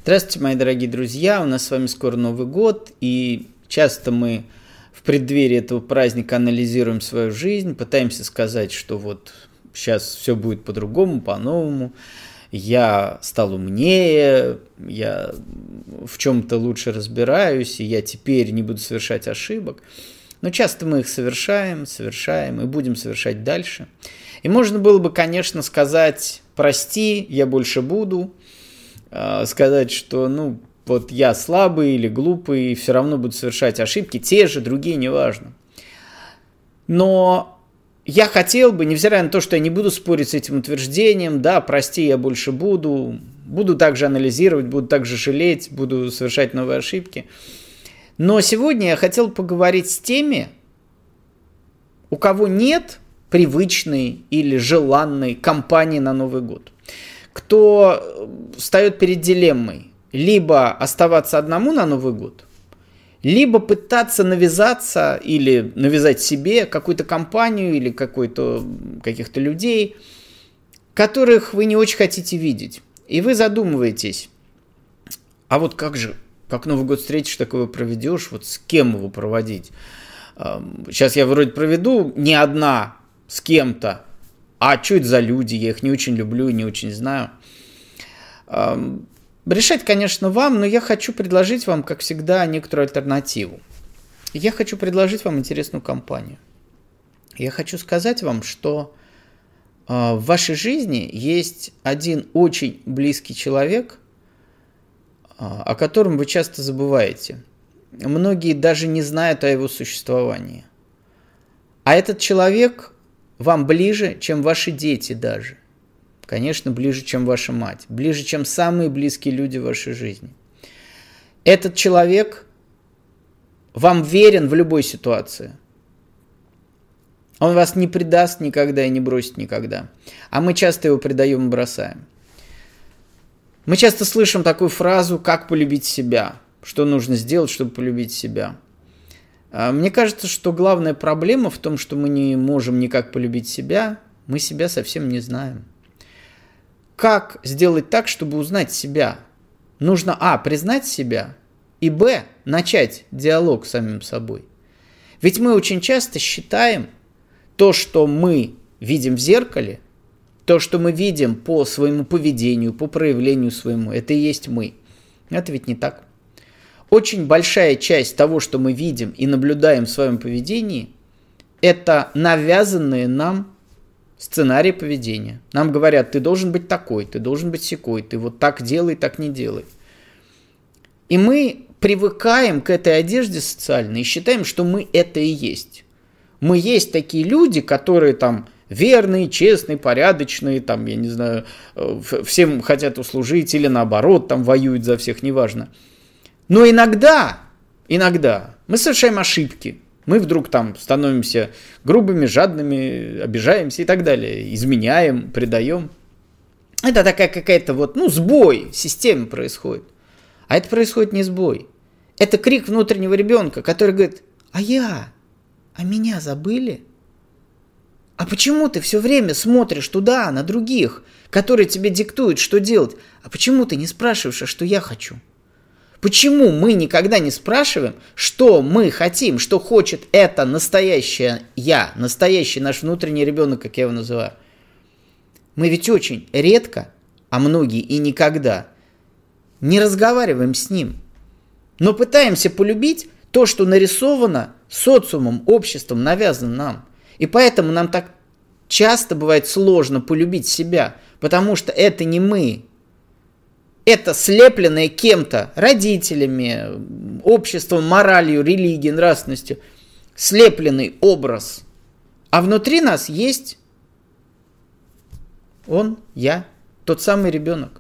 Здравствуйте, мои дорогие друзья! У нас с вами скоро Новый год, и часто мы в преддверии этого праздника анализируем свою жизнь, пытаемся сказать, что вот сейчас все будет по-другому, по-новому, я стал умнее, я в чем-то лучше разбираюсь, и я теперь не буду совершать ошибок. Но часто мы их совершаем и будем совершать дальше. И можно было бы, конечно, сказать: прости, я больше буду, сказать, что вот я слабый или глупый, и все равно буду совершать ошибки, те же, другие, неважно. Но я хотел бы, невзирая на то, что я не буду спорить с этим утверждением, да, прости, я больше буду также анализировать, буду также жалеть, буду совершать новые ошибки. Но сегодня я хотел поговорить с теми, у кого нет привычной или желанной кампании на Новый год. Кто встает перед дилеммой: либо оставаться одному на Новый год, либо пытаться навязаться или навязать себе какую-то компанию или каких-то людей, которых вы не очень хотите видеть. И вы задумываетесь: а вот как Новый год встретишь, так его проведешь, вот с кем его проводить? Сейчас я вроде проведу не одна, с кем-то. А что это за люди? Я их не очень люблю и не очень знаю. Решать, конечно, вам, но я хочу предложить вам, как всегда, некоторую альтернативу. Я хочу предложить вам интересную компанию. Я хочу сказать вам, что в вашей жизни есть один очень близкий человек, о котором вы часто забываете. Многие даже не знают о его существовании. А этот человек вам ближе, чем ваши дети даже. Конечно, ближе, чем ваша мать. Ближе, чем самые близкие люди в вашей жизни. Этот человек вам верен в любой ситуации. Он вас не предаст никогда и не бросит никогда. А мы часто его предаем и бросаем. Мы часто слышим такую фразу: как полюбить себя? Что нужно сделать, чтобы полюбить себя? Мне кажется, что главная проблема в том, что мы не можем никак полюбить себя, мы себя совсем не знаем. Как сделать так, чтобы узнать себя? Нужно признать себя, и начать диалог с самим собой. Ведь мы очень часто считаем то, что мы видим в зеркале, то, что мы видим по своему поведению, по проявлению своему, это и есть мы. Это ведь не так. Очень большая часть того, что мы видим и наблюдаем в своем поведении, это навязанные нам сценарии поведения. Нам говорят: ты должен быть такой, ты должен быть сякой, ты вот так делай, так не делай. И мы привыкаем к этой одежде социальной и считаем, что мы это и есть. Мы есть такие люди, которые там верные, честные, порядочные, там, я не знаю, всем хотят услужить или наоборот, там воюют за всех, неважно. Но иногда мы совершаем ошибки. Мы вдруг там становимся грубыми, жадными, обижаемся и так далее. Изменяем, предаем. Это такая какая-то сбой в системе происходит. А это происходит не сбой. Это крик внутреннего ребенка, который говорит: а меня забыли? А почему ты все время смотришь туда, на других, которые тебе диктуют, что делать? А почему ты не спрашиваешь, а что я хочу? Почему мы никогда не спрашиваем, что мы хотим, что хочет это настоящее я, настоящий наш внутренний ребенок, как я его называю? Мы ведь очень редко, а многие и никогда, не разговариваем с ним, но пытаемся полюбить то, что нарисовано социумом, обществом, навязано нам. И поэтому нам так часто бывает сложно полюбить себя, потому что это не мы. Это слепленное кем-то, родителями, обществом, моралью, религией, нравственностью, слепленный образ. А внутри нас есть он, я, тот самый ребенок.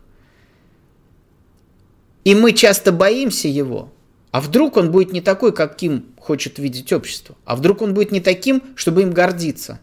И мы часто боимся его. А вдруг он будет не такой, каким хочет видеть общество? А вдруг он будет не таким, чтобы им гордиться?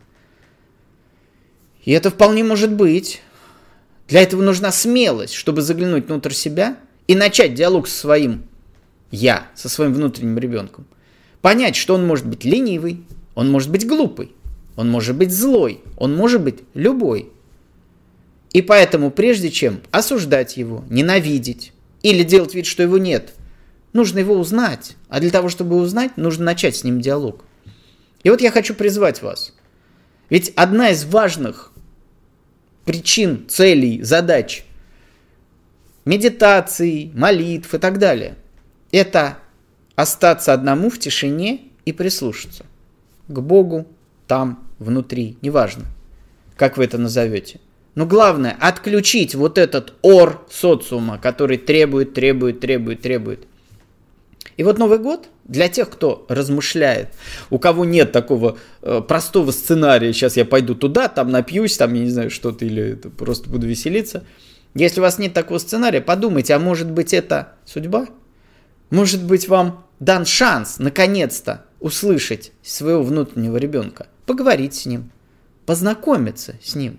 И это вполне может быть. Для этого нужна смелость, чтобы заглянуть внутрь себя и начать диалог со своим «я», со своим внутренним ребенком. Понять, что он может быть ленивый, он может быть глупый, он может быть злой, он может быть любой. И поэтому, прежде чем осуждать его, ненавидеть или делать вид, что его нет. Нужно его узнать. А для того, чтобы узнать, нужно начать с ним диалог. И вот я хочу призвать вас. Ведь одна из важных причин, целей, задач медитаций, молитв и так далее – это остаться одному в тишине и прислушаться к Богу там, внутри, неважно, как вы это назовете. Но главное – отключить вот этот ор социума, который требует. И вот Новый год для тех, кто размышляет, у кого нет такого простого сценария, сейчас я пойду туда, там напьюсь, там, я не знаю, что-то, или просто буду веселиться. Если у вас нет такого сценария, подумайте, а может быть это судьба? Может быть вам дан шанс наконец-то услышать своего внутреннего ребенка, поговорить с ним, познакомиться с ним,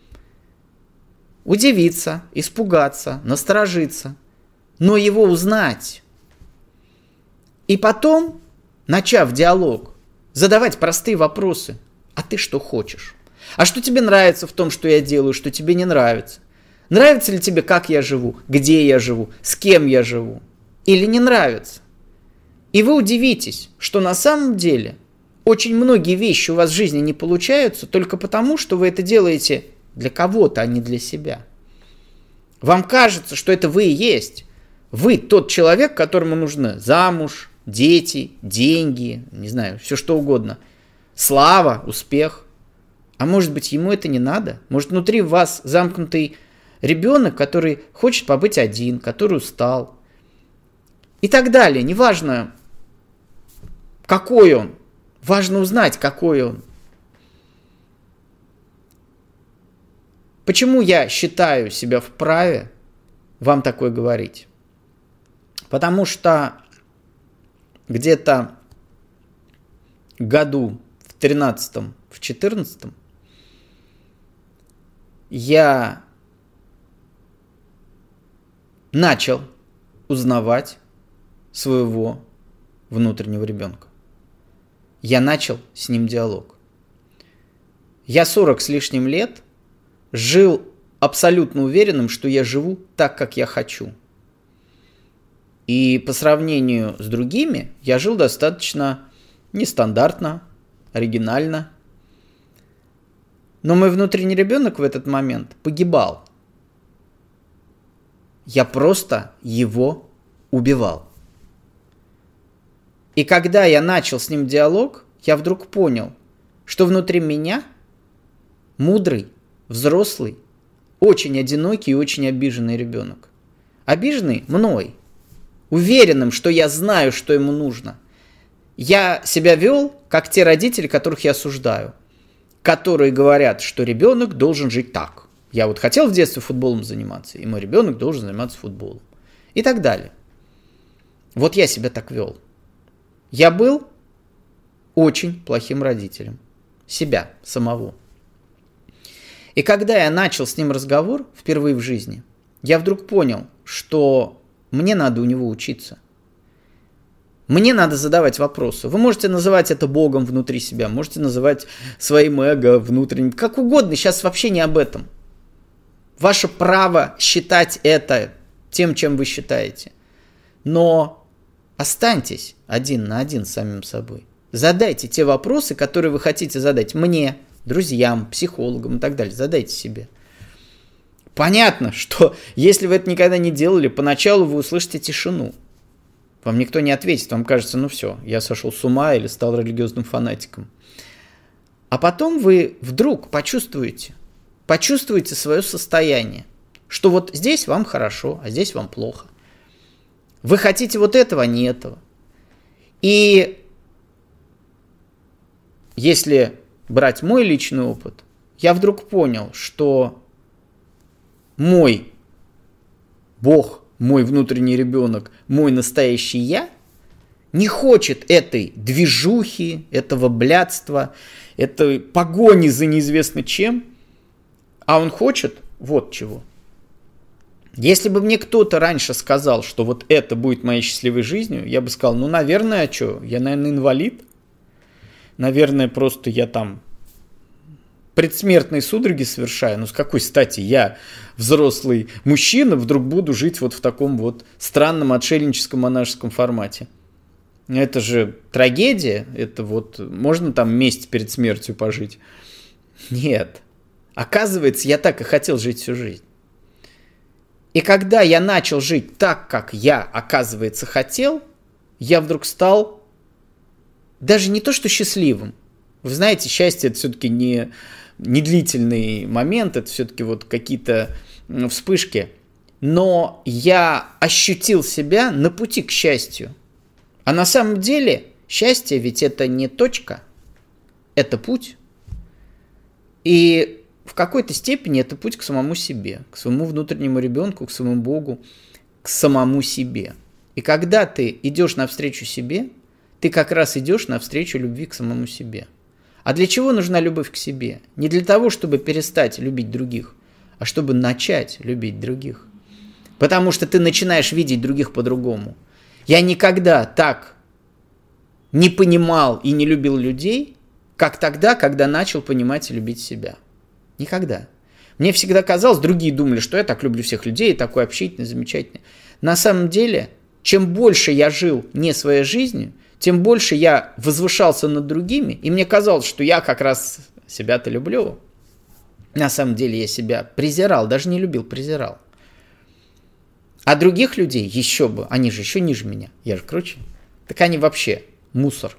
удивиться, испугаться, насторожиться, но его узнать. И потом, начав диалог, задавать простые вопросы. А ты что хочешь? А что тебе нравится в том, что я делаю, что тебе не нравится? Нравится ли тебе, как я живу, где я живу, с кем я живу? Или не нравится? И вы удивитесь, что на самом деле очень многие вещи у вас в жизни не получаются только потому, что вы это делаете для кого-то, а не для себя. Вам кажется, что это вы и есть. Вы тот человек, которому нужно замуж, дети, деньги, не знаю, все что угодно. Слава, успех. А может быть, ему это не надо? Может, внутри вас замкнутый ребенок, который хочет побыть один, который устал. И так далее. Неважно, какой он. Важно узнать, какой он. Почему я считаю себя вправе вам такое говорить? Потому что где-то году в 13-м, в 14-м я начал узнавать своего внутреннего ребенка. Я начал с ним диалог. Я 40 с лишним лет жил абсолютно уверенным, что я живу так, как я хочу. И по сравнению с другими я жил достаточно нестандартно, оригинально. Но мой внутренний ребенок в этот момент погибал. Я просто его убивал. И когда я начал с ним диалог, я вдруг понял, что внутри меня мудрый, взрослый, очень одинокий и очень обиженный ребенок. Обиженный мной, уверенным, что я знаю, что ему нужно. Я себя вел, как те родители, которых я осуждаю, которые говорят, что ребенок должен жить так. Я вот хотел в детстве футболом заниматься, и мой ребенок должен заниматься футболом. И так далее. Вот я себя так вел. Я был очень плохим родителем. Себя самого. И когда я начал с ним разговор впервые в жизни, я вдруг понял, что мне надо у него учиться. Мне надо задавать вопросы. Вы можете называть это Богом внутри себя, можете называть своим эго внутренним, как угодно. Сейчас вообще не об этом. Ваше право считать это тем, чем вы считаете. Но останьтесь один на один с самим собой. Задайте те вопросы, которые вы хотите задать мне, друзьям, психологам и так далее. Задайте себе. Понятно, что если вы это никогда не делали, поначалу вы услышите тишину. Вам никто не ответит, вам кажется, ну все, я сошел с ума или стал религиозным фанатиком. А потом вы вдруг почувствуете свое состояние, что вот здесь вам хорошо, а здесь вам плохо. Вы хотите вот этого, а не этого. И если брать мой личный опыт, я вдруг понял, что мой Бог, мой внутренний ребенок, мой настоящий я не хочет этой движухи, этого блядства, этой погони за неизвестно чем, а он хочет вот чего. Если бы мне кто-то раньше сказал, что вот это будет моей счастливой жизнью, я бы сказал, ну, наверное, а что, я, наверное, инвалид, наверное, просто я там предсмертные судороги совершаю. Ну, с какой стати я, взрослый мужчина, вдруг буду жить вот в таком вот странном отшельническом монашеском формате? Это же трагедия. Это вот можно там месяц перед смертью пожить? Нет. Оказывается, я так и хотел жить всю жизнь. И когда я начал жить так, как я, оказывается, хотел, я вдруг стал даже не то что счастливым. Вы знаете, счастье – это все-таки не длительный момент, это все-таки вот какие-то вспышки. Но я ощутил себя на пути к счастью. А на самом деле счастье ведь это не точка, это путь. И в какой-то степени это путь к самому себе, к своему внутреннему ребенку, к своему Богу, к самому себе. И когда ты идешь навстречу себе, ты как раз идешь навстречу любви к самому себе. А для чего нужна любовь к себе? Не для того, чтобы перестать любить других, а чтобы начать любить других. Потому что ты начинаешь видеть других по-другому. Я никогда так не понимал и не любил людей, как тогда, когда начал понимать и любить себя. Никогда. Мне всегда казалось, другие думали, что я так люблю всех людей, такой общительный, замечательный. На самом деле, чем больше я жил не своей жизнью, тем больше я возвышался над другими, и мне казалось, что я как раз себя-то люблю. На самом деле я себя презирал, даже не любил, презирал. А других людей еще бы, они же еще ниже меня, я же круче. Так они вообще мусор.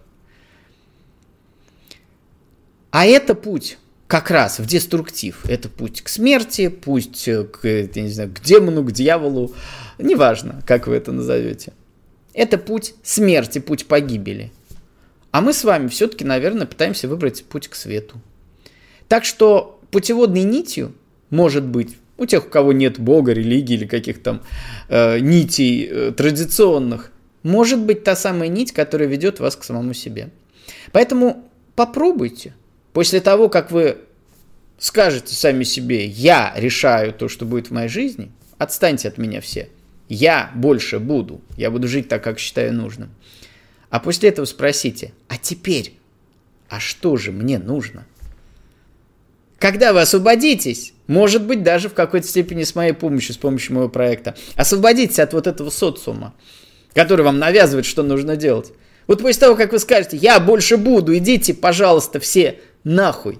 А это путь как раз в деструктив. Это путь к смерти, путь к, я не знаю, к демону, к дьяволу. Неважно, как вы это назовете. Это путь смерти, путь погибели. А мы с вами все-таки, наверное, пытаемся выбрать путь к свету. Так что путеводной нитью может быть у тех, у кого нет Бога, религии или каких-то нитей традиционных, может быть та самая нить, которая ведет вас к самому себе. Поэтому попробуйте. После того, как вы скажете сами себе, я решаю то, что будет в моей жизни, отстаньте от меня все. Я больше буду. Я буду жить так, как считаю нужным. А после этого спросите, а теперь, а что же мне нужно? Когда вы освободитесь, может быть, даже в какой-то степени с моей помощью, с помощью моего проекта, освободитесь от вот этого социума, который вам навязывает, что нужно делать. Вот после того, как вы скажете, я больше буду, идите, пожалуйста, все нахуй.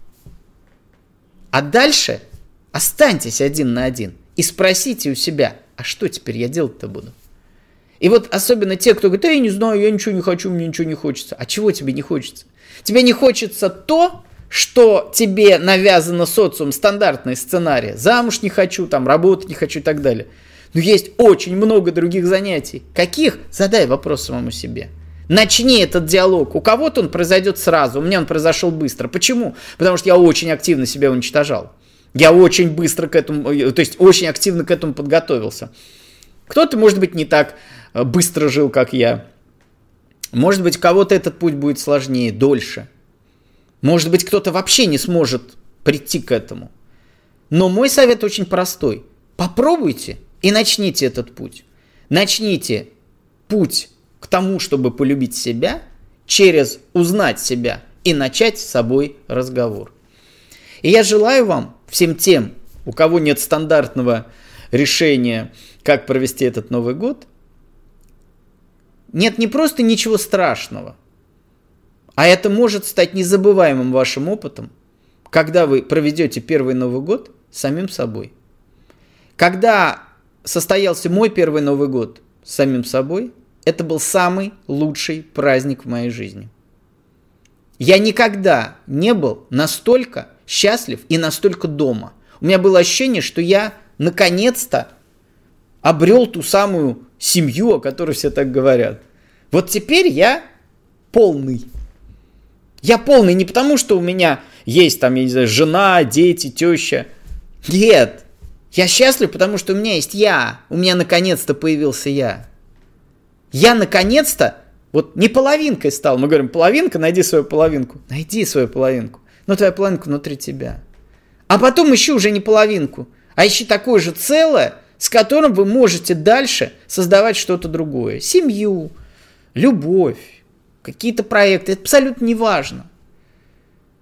А дальше останьтесь один на один и спросите у себя, а что теперь я делать-то буду? И вот особенно те, кто говорит, я не знаю, я ничего не хочу, мне ничего не хочется. А чего тебе не хочется? Тебе не хочется то, что тебе навязано социум, стандартные сценарии. Замуж не хочу, там, работать не хочу и так далее. Но есть очень много других занятий. Каких? Задай вопрос самому себе. Начни этот диалог. У кого-то он произойдет сразу, у меня он произошел быстро. Почему? Потому что я очень активно себя уничтожал. Я очень быстро к этому, то есть очень активно к этому подготовился. Кто-то, может быть, не так быстро жил, как я. Может быть, у кого-то этот путь будет сложнее, дольше. Может быть, кто-то вообще не сможет прийти к этому. Но мой совет очень простой. Попробуйте и начните этот путь. Начните путь к тому, чтобы полюбить себя, через узнать себя и начать с собой разговор. И я желаю вам, всем тем, у кого нет стандартного решения, как провести этот Новый год, нет не просто ничего страшного, а это может стать незабываемым вашим опытом, когда вы проведете первый Новый год с самим собой. Когда состоялся мой первый Новый год с самим собой, это был самый лучший праздник в моей жизни. Я никогда не был настолько счастлив и настолько дома. У меня было ощущение, что я наконец-то обрел ту самую семью, о которой все так говорят. Вот теперь я полный. Я полный не потому, что у меня есть там, я не знаю, жена, дети, теща. Нет. Я счастлив, потому что у меня есть я. У меня наконец-то появился я. Я наконец-то вот не половинкой стал. Мы говорим, половинка, найди свою половинку. Найди свою половинку. Но твоя половинка внутри тебя. А потом ищи уже не половинку, а ищи такое же целое, с которым вы можете дальше создавать что-то другое. Семью, любовь, какие-то проекты. Это абсолютно не важно.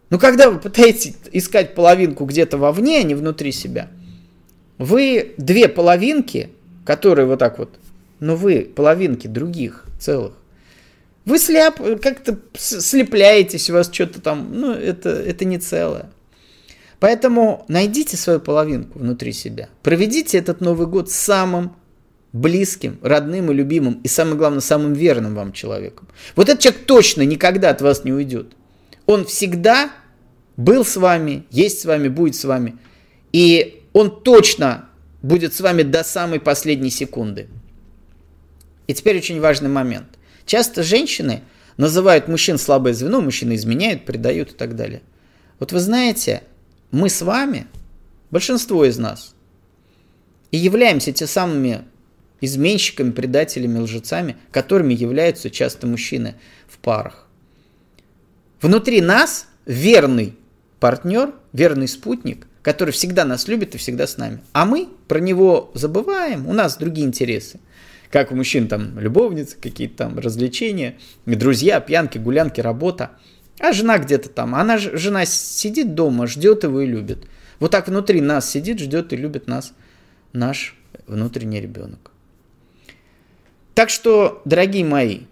Но когда вы пытаетесь искать половинку где-то вовне, а не внутри себя, вы две половинки, которые вот так вот, но вы половинки других целых, вы как-то слепляетесь, у вас что-то там, это не целое. Поэтому найдите свою половинку внутри себя. Проведите этот Новый год с самым близким, родным и любимым, и самое главное, самым верным вам человеком. Вот этот человек точно никогда от вас не уйдет. Он всегда был с вами, есть с вами, будет с вами. И он точно будет с вами до самой последней секунды. И теперь очень важный момент. Часто женщины называют мужчин слабое звено, мужчины изменяют, предают и так далее. Вот вы знаете, мы с вами, большинство из нас, и являемся те самыми изменщиками, предателями, лжецами, которыми являются часто мужчины в парах. Внутри нас верный партнер, верный спутник, который всегда нас любит и всегда с нами. А мы про него забываем, у нас другие интересы. Как у мужчин там любовницы, какие-то там развлечения, друзья, пьянки, гулянки, работа. А жена где-то там, жена сидит дома, ждет его и любит. Вот так внутри нас сидит, ждет и любит нас наш внутренний ребенок. Так что, дорогие мои,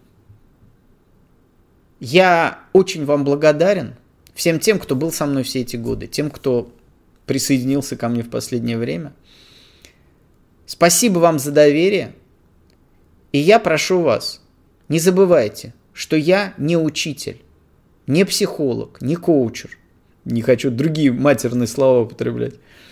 я очень вам благодарен, всем тем, кто был со мной все эти годы, тем, кто присоединился ко мне в последнее время. Спасибо вам за доверие. И я прошу вас, не забывайте, что я не учитель, не психолог, не коучер. Не хочу другие матерные слова употреблять.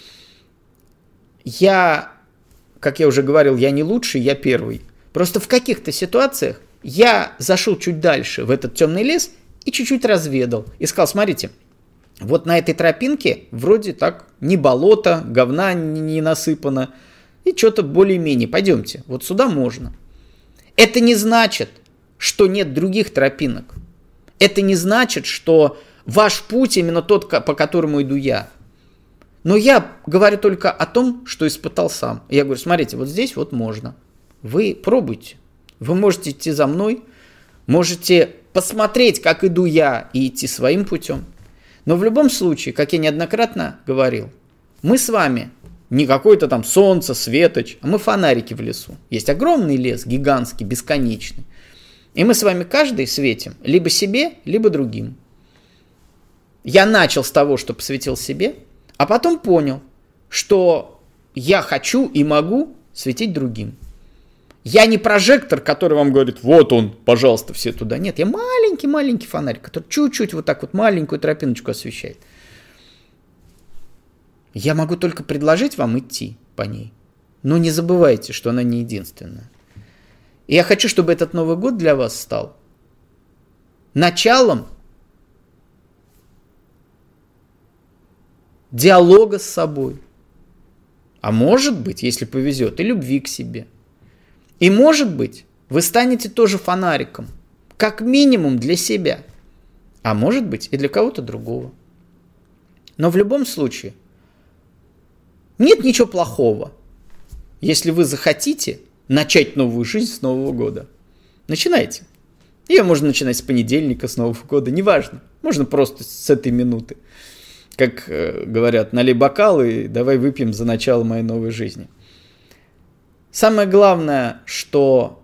Как я уже говорил, я не лучший, я первый. Просто в каких-то ситуациях я зашел чуть дальше в этот темный лес и чуть-чуть разведал. И сказал, смотрите, вот на этой тропинке вроде так не болото, говна не насыпано. И что-то более-менее. Пойдемте, вот сюда можно. Это не значит, что нет других тропинок. Это не значит, что ваш путь именно тот, по которому иду я. Но я говорю только о том, что испытал сам. Я говорю, смотрите, вот здесь вот можно. Вы пробуйте. Вы можете идти за мной, можете посмотреть, как иду я, и идти своим путем. Но в любом случае, как я неоднократно говорил, мы с вами не какой-то там солнце, светоч, а мы фонарики в лесу. Есть огромный лес, гигантский, бесконечный. И мы с вами каждый светим либо себе, либо другим. Я начал с того, что посвятил себе, а потом понял, что я хочу и могу светить другим. Я не прожектор, который вам говорит, вот он, пожалуйста, все туда. Нет, я маленький-маленький фонарик, который чуть-чуть вот так вот маленькую тропиночку освещает. Я могу только предложить вам идти по ней. Но не забывайте, что она не единственная. И я хочу, чтобы этот Новый год для вас стал началом диалога с собой. А может быть, если повезет, и любви к себе. И может быть, вы станете тоже фонариком. Как минимум для себя. А может быть, и для кого-то другого. Но в любом случае, нет ничего плохого, если вы захотите начать новую жизнь с Нового года. Начинайте. Ее можно начинать с понедельника, с Нового года, неважно. Можно просто с этой минуты. Как говорят, налей бокал и давай выпьем за начало моей новой жизни. Самое главное, что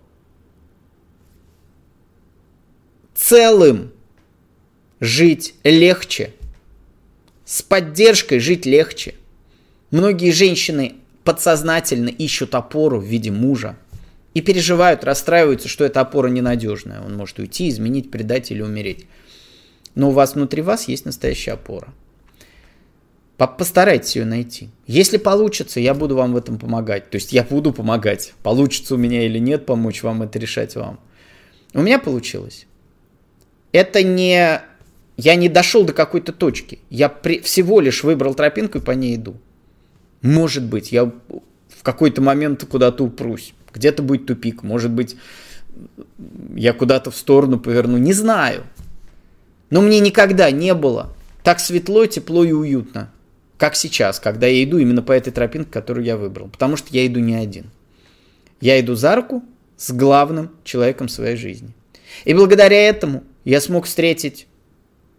целым жить легче, с поддержкой жить легче. Многие женщины подсознательно ищут опору в виде мужа и переживают, расстраиваются, что эта опора ненадежная. Он может уйти, изменить, предать или умереть. Но у вас внутри вас есть настоящая опора. Постарайтесь ее найти. Если получится, я буду вам в этом помогать. То есть я буду помогать. Получится у меня или нет помочь вам, это решать вам. У меня получилось. Это не... Я не дошел до какой-то точки. Я всего лишь выбрал тропинку и по ней иду. Может быть, я в какой-то момент куда-то упрусь. Где-то будет тупик. Может быть, я куда-то в сторону поверну. Не знаю. Но мне никогда не было так светло, тепло и уютно, как сейчас, когда я иду именно по этой тропинке, которую я выбрал. Потому что я иду не один. Я иду за руку с главным человеком своей жизни. И благодаря этому я смог встретить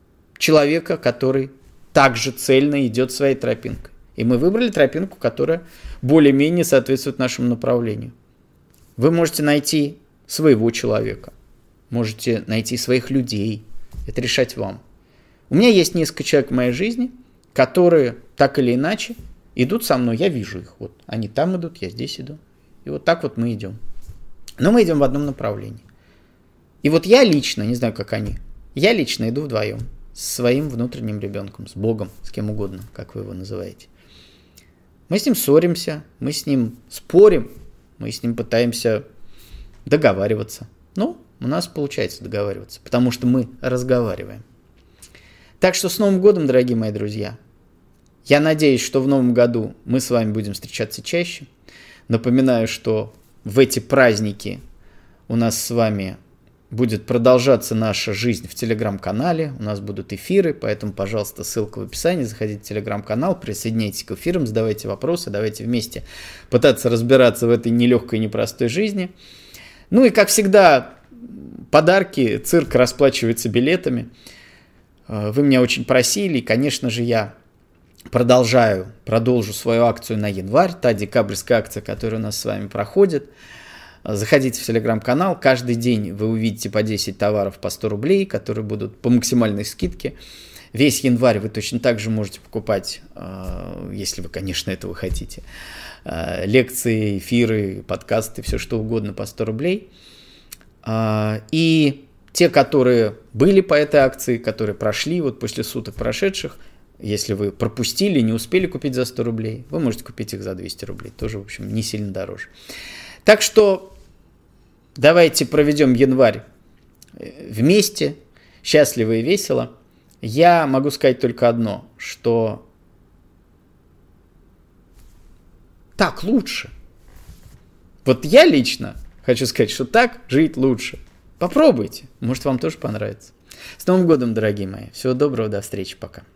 человека, который также цельно идет своей тропинкой. И мы выбрали тропинку, которая более-менее соответствует нашему направлению. Вы можете найти своего человека, можете найти своих людей. Это решать вам. У меня есть несколько человек в моей жизни, которые так или иначе идут со мной. Я вижу их. Вот они там идут, я здесь иду. И вот так вот мы идем. Но мы идем в одном направлении. И вот я лично, не знаю, как они, я лично иду вдвоем с своим внутренним ребенком, с Богом, с кем угодно, как вы его называете. Мы с ним ссоримся, мы с ним спорим, мы с ним пытаемся договариваться. Ну, у нас получается договариваться, потому что мы разговариваем. Так что с Новым годом, дорогие мои друзья. Я надеюсь, что в Новом году мы с вами будем встречаться чаще. Напоминаю, что в эти праздники у нас с вами будет продолжаться наша жизнь в Телеграм-канале. У нас будут эфиры, поэтому, пожалуйста, ссылка в описании. Заходите в Телеграм-канал, присоединяйтесь к эфирам, задавайте вопросы, давайте вместе пытаться разбираться в этой нелегкой и непростой жизни. Ну и, как всегда, подарки, цирк расплачивается билетами. Вы меня очень просили, и, конечно же, я продолжу свою акцию на январь, та декабрьская акция, которая у нас с вами проходит. Заходите в Телеграм-канал, каждый день вы увидите по 10 товаров по 100 рублей, которые будут по максимальной скидке. Весь январь вы точно так же можете покупать, если вы, конечно, этого хотите, лекции, эфиры, подкасты, все что угодно по 100 рублей. И те, которые были по этой акции, которые прошли вот после суток прошедших, если вы пропустили, не успели купить за 100 рублей, вы можете купить их за 200 рублей. Тоже, в общем, не сильно дороже. Так что давайте проведем январь вместе, счастливо и весело. Я могу сказать только одно, что так лучше. Вот я лично хочу сказать, что так жить лучше. Попробуйте, может, вам тоже понравится. С Новым годом, дорогие мои. Всего доброго, до встречи, пока.